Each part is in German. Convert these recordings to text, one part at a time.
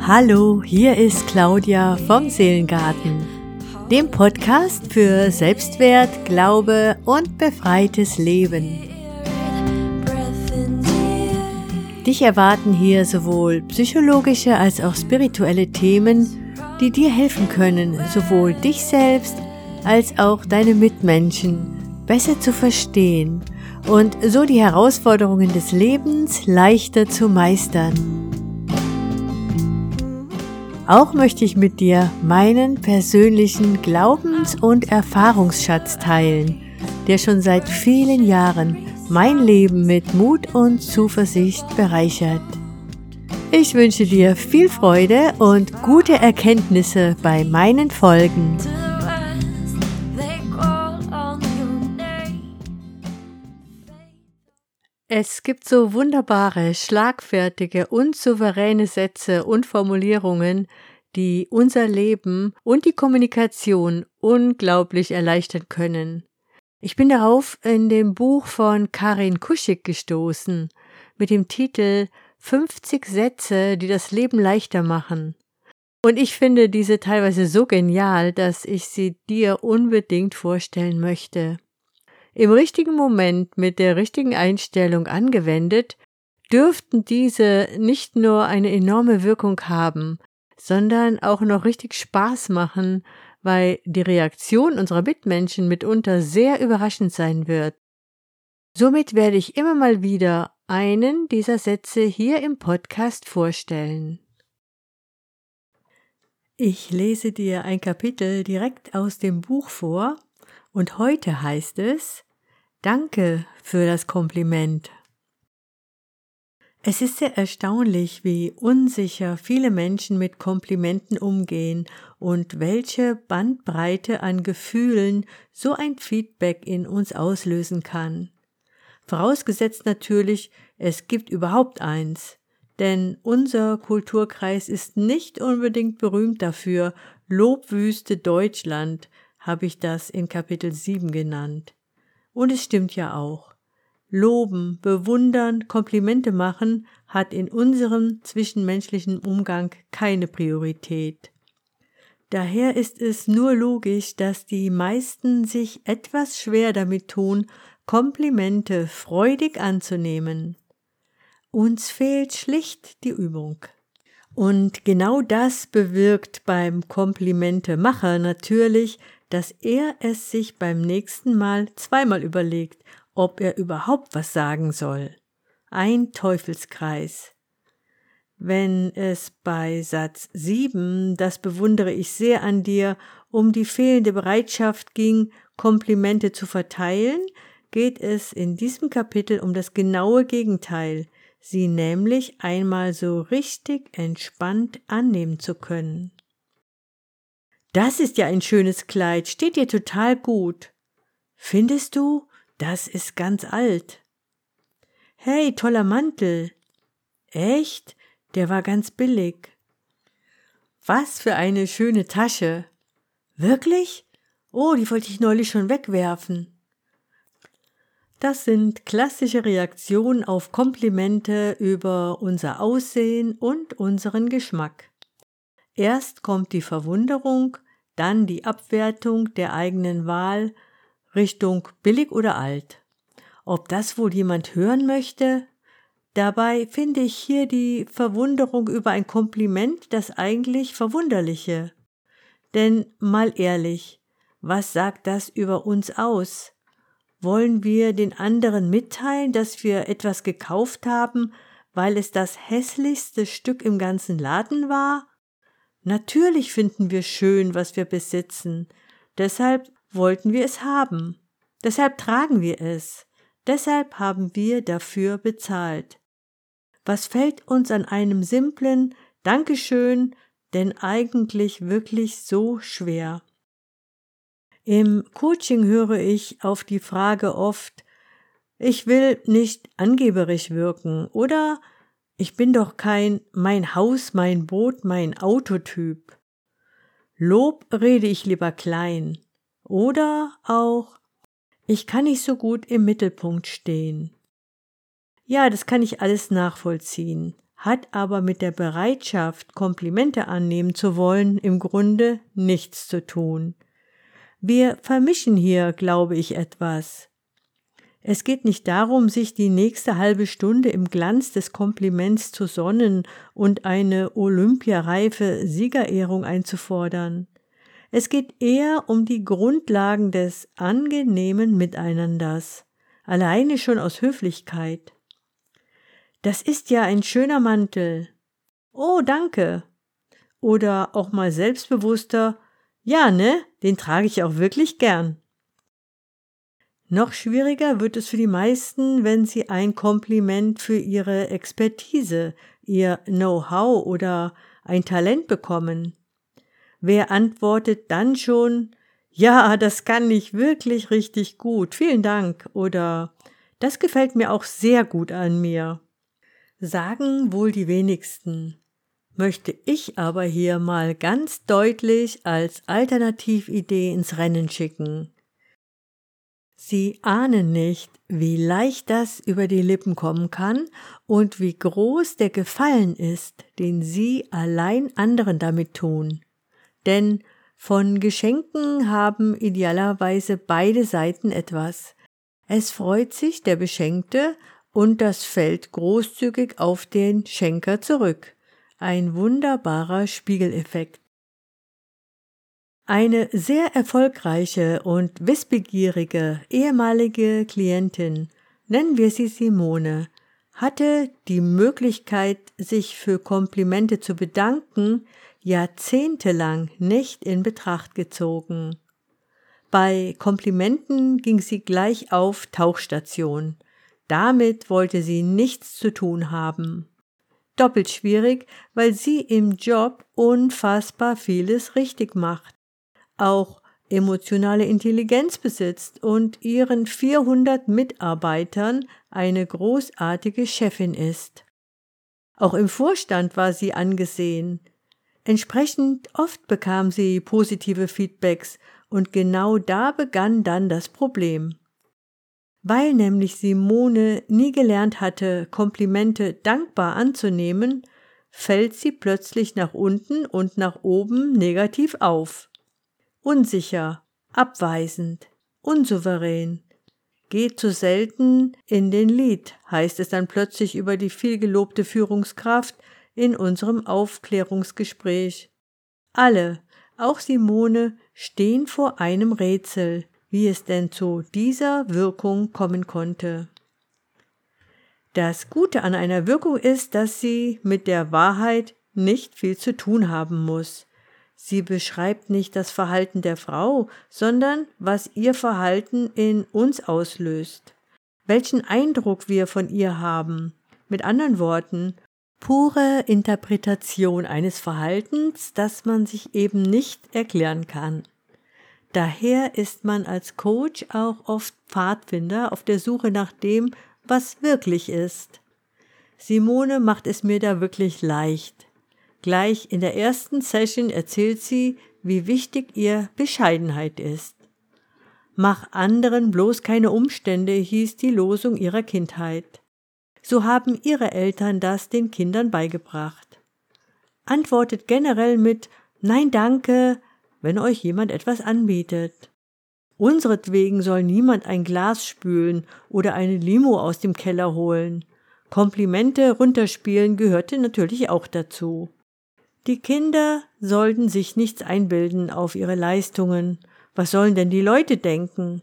Hallo, hier ist Claudia vom Seelengarten, dem Podcast für Selbstwert, Glaube und befreites Leben. Dich erwarten hier sowohl psychologische als auch spirituelle Themen, die dir helfen können, sowohl dich selbst als auch deine Mitmenschen besser zu verstehen und so die Herausforderungen des Lebens leichter zu meistern. Auch möchte ich mit dir meinen persönlichen Glaubens- und Erfahrungsschatz teilen, der schon seit vielen Jahren mein Leben mit Mut und Zuversicht bereichert. Ich wünsche dir viel Freude und gute Erkenntnisse bei meinen Folgen. Es gibt so wunderbare, schlagfertige und souveräne Sätze und Formulierungen, die unser Leben und die Kommunikation unglaublich erleichtern können. Ich bin darauf in dem Buch von Karin Kuschig gestoßen, mit dem Titel 50 Sätze, die das Leben leichter machen. Und ich finde diese teilweise so genial, dass ich sie dir unbedingt vorstellen möchte. Im richtigen Moment mit der richtigen Einstellung angewendet, dürften diese nicht nur eine enorme Wirkung haben, sondern auch noch richtig Spaß machen, weil die Reaktion unserer Mitmenschen mitunter sehr überraschend sein wird. Somit werde ich immer mal wieder einen dieser Sätze hier im Podcast vorstellen. Ich lese dir ein Kapitel direkt aus dem Buch vor und heute heißt es: Danke für das Kompliment. Es ist sehr erstaunlich, wie unsicher viele Menschen mit Komplimenten umgehen und welche Bandbreite an Gefühlen so ein Feedback in uns auslösen kann. Vorausgesetzt natürlich, es gibt überhaupt eins, denn unser Kulturkreis ist nicht unbedingt berühmt dafür. Lobwüste Deutschland habe ich das in Kapitel 7 genannt. Und es stimmt ja auch. Loben, bewundern, Komplimente machen hat in unserem zwischenmenschlichen Umgang keine Priorität. Daher ist es nur logisch, dass die meisten sich etwas schwer damit tun, Komplimente freudig anzunehmen. Uns fehlt schlicht die Übung. Und genau das bewirkt beim Komplimentemacher natürlich, dass er es sich beim nächsten Mal zweimal überlegt, ob er überhaupt was sagen soll. Ein Teufelskreis. Wenn es bei Satz 7, das bewundere ich sehr an dir, um die fehlende Bereitschaft ging, Komplimente zu verteilen, geht es in diesem Kapitel um das genaue Gegenteil, sie nämlich einmal so richtig entspannt annehmen zu können. Das ist ja ein schönes Kleid, steht dir total gut. Findest du, das ist ganz alt. Hey, toller Mantel. Echt? Der war ganz billig. Was für eine schöne Tasche. Wirklich? Oh, die wollte ich neulich schon wegwerfen. Das sind klassische Reaktionen auf Komplimente über unser Aussehen und unseren Geschmack. Erst kommt die Verwunderung, dann die Abwertung der eigenen Wahl Richtung billig oder alt. Ob das wohl jemand hören möchte? Dabei finde ich hier die Verwunderung über ein Kompliment das eigentlich Verwunderliche. Denn mal ehrlich, was sagt das über uns aus? Wollen wir den anderen mitteilen, dass wir etwas gekauft haben, weil es das hässlichste Stück im ganzen Laden war? Natürlich finden wir schön, was wir besitzen. Deshalb wollten wir es haben. Deshalb tragen wir es. Deshalb haben wir dafür bezahlt. Was fällt uns an einem simplen Dankeschön denn eigentlich wirklich so schwer? Im Coaching höre ich auf die Frage oft: Ich will nicht angeberisch wirken oder ich bin doch kein mein Haus, mein Boot, mein Autotyp. Lob rede ich lieber klein. Oder auch ich kann nicht so gut im Mittelpunkt stehen. Ja, das kann ich alles nachvollziehen. hat aber mit der Bereitschaft, Komplimente annehmen zu wollen, im Grunde nichts zu tun. Wir vermischen hier, glaube ich, etwas. Es geht nicht darum, sich die nächste halbe Stunde im Glanz des Kompliments zu sonnen und eine olympiareife Siegerehrung einzufordern. Es geht eher um die Grundlagen des angenehmen Miteinanders, alleine schon aus Höflichkeit. Das ist ja ein schöner Mantel. Oh, danke. Oder auch mal selbstbewusster, ja, ne, den trage ich auch wirklich gern. Noch schwieriger wird es für die meisten, wenn sie ein Kompliment für ihre Expertise, ihr Know-how oder ein Talent bekommen. Wer antwortet dann schon, ja, das kann ich wirklich richtig gut, vielen Dank, oder das gefällt mir auch sehr gut an mir. Sagen wohl die wenigsten. Möchte ich aber hier mal ganz deutlich als Alternatividee ins Rennen schicken. Sie ahnen nicht, wie leicht das über die Lippen kommen kann und wie groß der Gefallen ist, den Sie allein anderen damit tun. Denn von Geschenken haben idealerweise beide Seiten etwas. Es freut sich der Beschenkte und das fällt großzügig auf den Schenker zurück. Ein wunderbarer Spiegeleffekt. Eine sehr erfolgreiche und wissbegierige ehemalige Klientin, nennen wir sie Simone, hatte die Möglichkeit, sich für Komplimente zu bedanken, jahrzehntelang nicht in Betracht gezogen. Bei Komplimenten ging sie gleich auf Tauchstation. Damit wollte sie nichts zu tun haben. Doppelt schwierig, weil sie im Job unfassbar vieles richtig macht, auch emotionale Intelligenz besitzt und ihren 400 Mitarbeitern eine großartige Chefin ist. Auch im Vorstand war sie angesehen. Entsprechend oft bekam sie positive Feedbacks und genau da begann dann das Problem. Weil nämlich Simone nie gelernt hatte, Komplimente dankbar anzunehmen, fällt sie plötzlich nach unten und nach oben negativ auf. Unsicher, abweisend, unsouverän, geht zu selten in den Lied, heißt es dann plötzlich über die vielgelobte Führungskraft in unserem Aufklärungsgespräch. Alle, auch Simone, stehen vor einem Rätsel, wie es denn zu dieser Wirkung kommen konnte. Das Gute an einer Wirkung ist, dass sie mit der Wahrheit nicht viel zu tun haben muss. Sie beschreibt nicht das Verhalten der Frau, sondern was ihr Verhalten in uns auslöst. Welchen Eindruck wir von ihr haben. Mit anderen Worten, pure Interpretation eines Verhaltens, das man sich eben nicht erklären kann. Daher ist man als Coach auch oft Pfadfinder auf der Suche nach dem, was wirklich ist. Simone macht es mir da wirklich leicht. Gleich in der ersten Session erzählt sie, wie wichtig ihr Bescheidenheit ist. Mach anderen bloß keine Umstände, hieß die Losung ihrer Kindheit. So haben ihre Eltern das den Kindern beigebracht. Antwortet generell mit Nein, danke, wenn euch jemand etwas anbietet. Unseretwegen soll niemand ein Glas spülen oder eine Limo aus dem Keller holen. Komplimente runterspielen gehörte natürlich auch dazu. Die Kinder sollten sich nichts einbilden auf ihre Leistungen. Was sollen denn die Leute denken?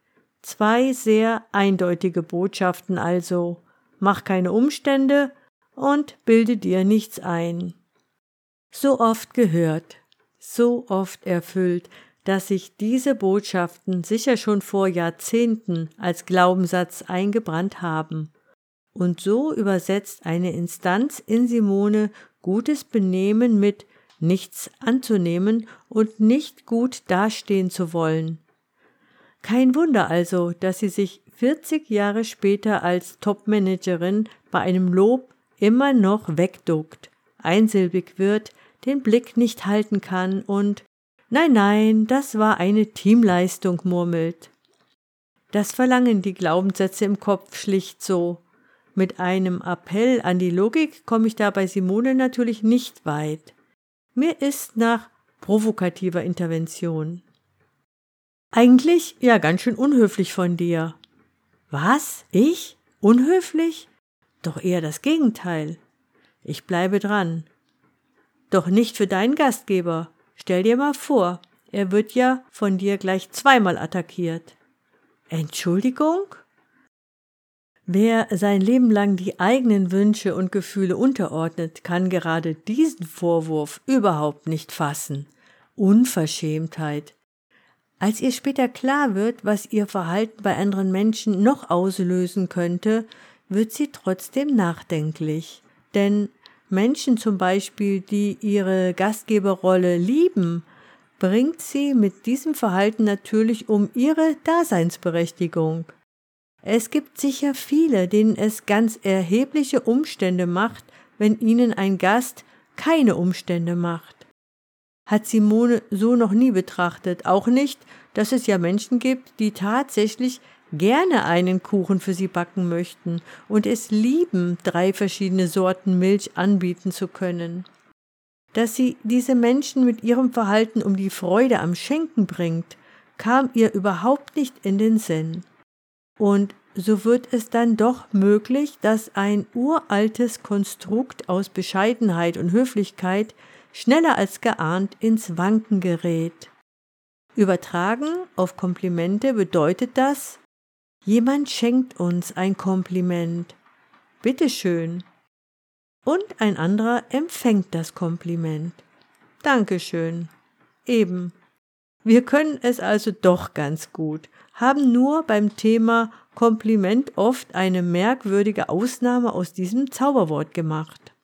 2 sehr eindeutige Botschaften also. Mach keine Umstände und bilde dir nichts ein. So oft gehört, so oft erfüllt, dass sich diese Botschaften sicher schon vor Jahrzehnten als Glaubenssatz eingebrannt haben. Und so übersetzt eine Instanz in Simone gutes Benehmen mit nichts anzunehmen und nicht gut dastehen zu wollen. Kein Wunder also, dass sie sich 40 Jahre später als Topmanagerin bei einem Lob immer noch wegduckt, einsilbig wird, den Blick nicht halten kann und Nein, das war eine Teamleistung murmelt. Das verlangen die Glaubenssätze im Kopf schlicht so. Mit einem Appell an die Logik komme ich da bei Simone natürlich nicht weit. Mir ist nach provokativer Intervention. Eigentlich ja ganz schön unhöflich von dir. Was? Ich? Unhöflich? Doch eher das Gegenteil. Ich bleibe dran. Doch nicht für deinen Gastgeber. Stell dir mal vor, er wird ja von dir gleich zweimal attackiert. Entschuldigung? Wer sein Leben lang die eigenen Wünsche und Gefühle unterordnet, kann gerade diesen Vorwurf überhaupt nicht fassen. Unverschämtheit. Als ihr später klar wird, was ihr Verhalten bei anderen Menschen noch auslösen könnte, wird sie trotzdem nachdenklich. Denn Menschen zum Beispiel, die ihre Gastgeberrolle lieben, bringt sie mit diesem Verhalten natürlich um ihre Daseinsberechtigung. Es gibt sicher viele, denen es ganz erhebliche Umstände macht, wenn ihnen ein Gast keine Umstände macht. Hat Simone so noch nie betrachtet, auch nicht, dass es ja Menschen gibt, die tatsächlich gerne einen Kuchen für sie backen möchten und es lieben, 3 verschiedene Sorten Milch anbieten zu können. Dass sie diese Menschen mit ihrem Verhalten um die Freude am Schenken bringt, kam ihr überhaupt nicht in den Sinn. Und so wird es dann doch möglich, dass ein uraltes Konstrukt aus Bescheidenheit und Höflichkeit schneller als geahnt ins Wanken gerät. Übertragen auf Komplimente bedeutet das, jemand schenkt uns ein Kompliment. Bitteschön. Und ein anderer empfängt das Kompliment. Dankeschön. Eben. Wir können es also doch ganz gut, haben nur beim Thema Kompliment oft eine merkwürdige Ausnahme aus diesem Zauberwort gemacht.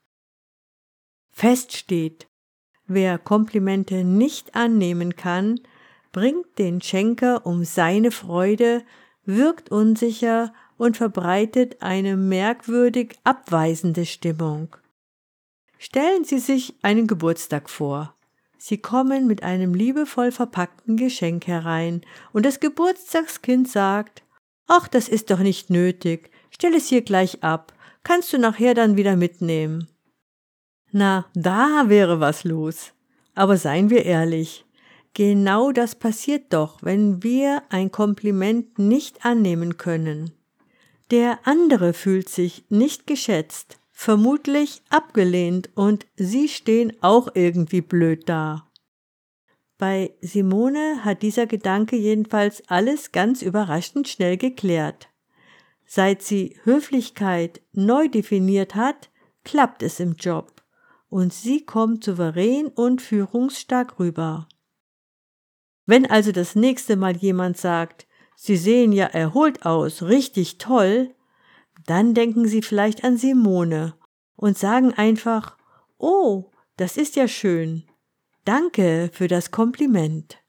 Fest steht, wer Komplimente nicht annehmen kann, bringt den Schenker um seine Freude, wirkt unsicher und verbreitet eine merkwürdig abweisende Stimmung. Stellen Sie sich einen Geburtstag vor. Sie kommen mit einem liebevoll verpackten Geschenk herein und das Geburtstagskind sagt, »Ach, das ist doch nicht nötig, stell es hier gleich ab, kannst du nachher dann wieder mitnehmen.« Na, da wäre was los. Aber seien wir ehrlich, genau das passiert doch, wenn wir ein Kompliment nicht annehmen können. Der andere fühlt sich nicht geschätzt, vermutlich abgelehnt und sie stehen auch irgendwie blöd da. Bei Simone hat dieser Gedanke jedenfalls alles ganz überraschend schnell geklärt. Seit sie Höflichkeit neu definiert hat, klappt es im Job und sie kommt souverän und führungsstark rüber. Wenn also das nächste Mal jemand sagt, Sie sehen ja erholt aus, richtig toll, dann denken Sie vielleicht an Simone und sagen einfach, oh, das ist ja schön. Danke für das Kompliment.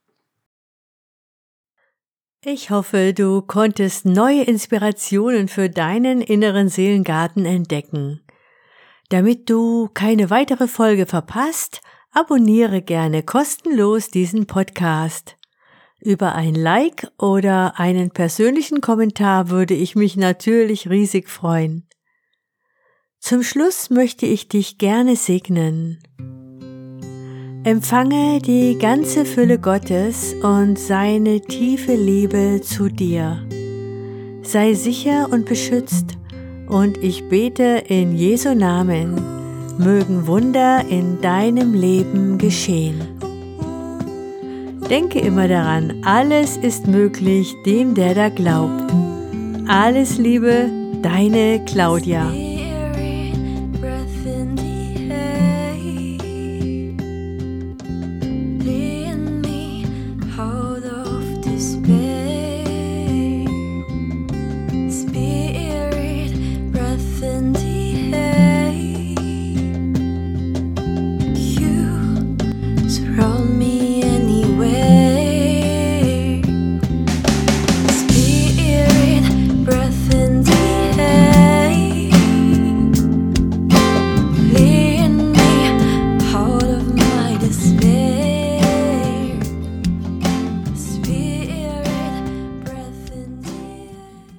Ich hoffe, du konntest neue Inspirationen für deinen inneren Seelengarten entdecken. Damit du keine weitere Folge verpasst, abonniere gerne kostenlos diesen Podcast. Über ein Like oder einen persönlichen Kommentar würde ich mich natürlich riesig freuen. Zum Schluss möchte ich dich gerne segnen. Empfange die ganze Fülle Gottes und seine tiefe Liebe zu dir. Sei sicher und beschützt und ich bete in Jesu Namen, mögen Wunder in deinem Leben geschehen. Denke immer daran, alles ist möglich dem, der da glaubt. Alles Liebe, deine Claudia.